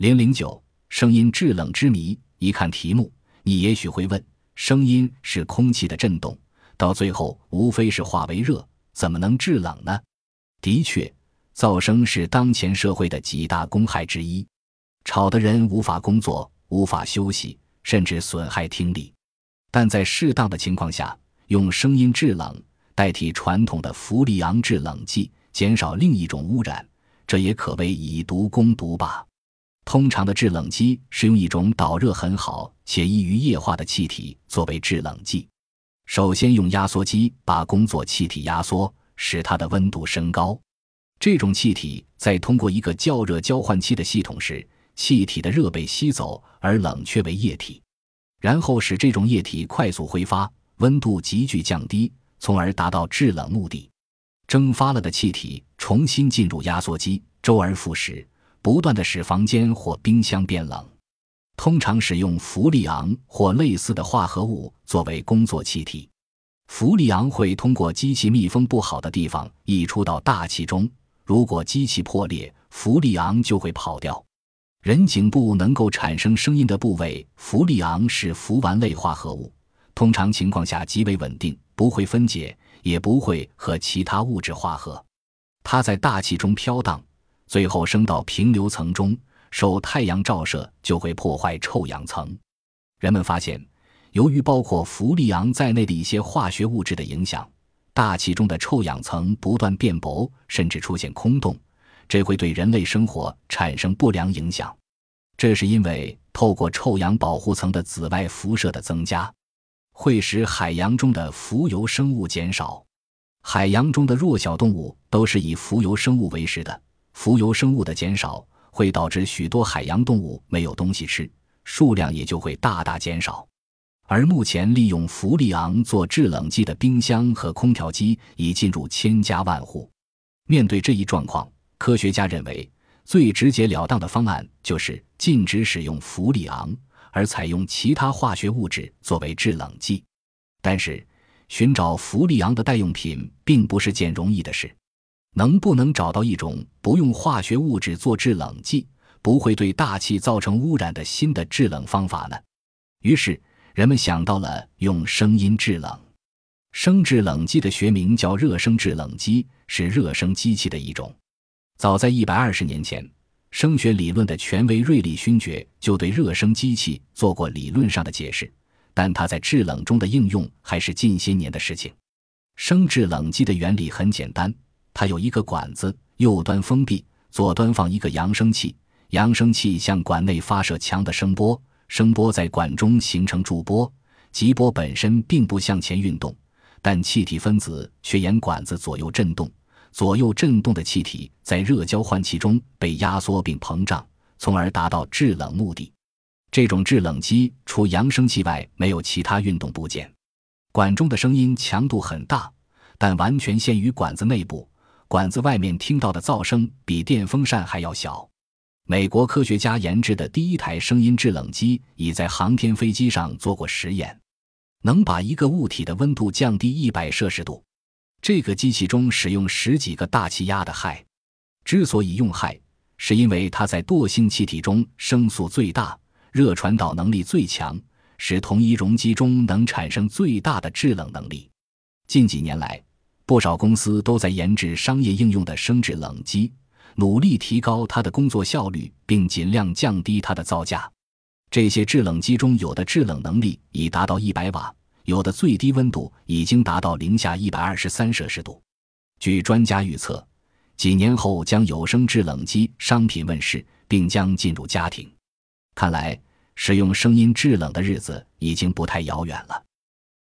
009声音制冷之谜。一看题目，你也许会问，声音是空气的振动，到最后无非是化为热，怎么能制冷呢？的确，噪声是当前社会的几大公害之一，吵得人无法工作，无法休息，甚至损害听力。但在适当的情况下，用声音制冷代替传统的氟利昂制冷剂，减少另一种污染，这也可谓以毒攻毒吧。通常的制冷机是用一种导热很好且易于液化的气体作为制冷剂。首先用压缩机把工作气体压缩，使它的温度升高。这种气体在通过一个较热交换器的系统时，气体的热被吸走而冷却为液体，然后使这种液体快速挥发，温度急剧降低，从而达到制冷目的。蒸发了的气体重新进入压缩机，周而复始，不断地使房间或冰箱变冷。通常使用氟利昂或类似的化合物作为工作气体。氟利昂会通过机器密封不好的地方溢出到大气中，如果机器破裂，氟利昂就会跑掉。人颈部能够产生声音的部位，氟利昂是氟烷类化合物，通常情况下极为稳定，不会分解，也不会和其他物质化合。它在大气中飘荡，最后升到平流层中，受太阳照射就会破坏臭氧层。人们发现，由于包括氟利昂在内的一些化学物质的影响，大气中的臭氧层不断变薄，甚至出现空洞，这会对人类生活产生不良影响。这是因为透过臭氧保护层的紫外辐射的增加，会使海洋中的浮游生物减少。海洋中的弱小动物都是以浮游生物为食的，浮游生物的减少会导致许多海洋动物没有东西吃，数量也就会大大减少。而目前利用氟利昂做制冷剂的冰箱和空调机已进入千家万户。面对这一状况，科学家认为最直截了当的方案就是禁止使用氟利昂，而采用其他化学物质作为制冷剂。但是寻找氟利昂的代用品并不是件容易的事，能不能找到一种不用化学物质做制冷剂，不会对大气造成污染的新的制冷方法呢？于是人们想到了用声音制冷。声制冷机的学名叫热声制冷机，是热声机器的一种。早在120年前，声学理论的权威瑞利勋爵就对热声机器做过理论上的解释，但它在制冷中的应用还是近些年的事情。声制冷机的原理很简单，它有一个管子，右端封闭，左端放一个扬声器，扬声器向管内发射强的声波，声波在管中形成驻波，极波本身并不向前运动，但气体分子却沿管子左右振动，左右振动的气体在热交换器中被压缩并膨胀，从而达到制冷目的。这种制冷机除扬声器外没有其他运动部件，管中的声音强度很大，但完全限于管子内部，管子外面听到的噪声比电风扇还要小。美国科学家研制的第一台声音制冷机已在航天飞机上做过实验，能把一个物体的温度降低100摄氏度。这个机器中使用10几个大气压的氦，之所以用氦，是因为它在惰性气体中声速最大，热传导能力最强，使同一容积中能产生最大的制冷能力。近几年来，不少公司都在研制商业应用的声制冷机，努力提高它的工作效率，并尽量降低它的造价。这些制冷机中有的制冷能力已达到100瓦，有的最低温度已经达到零下123摄氏度。据专家预测，几年后将有声制冷机商品问世，并将进入家庭。看来使用声音制冷的日子已经不太遥远了。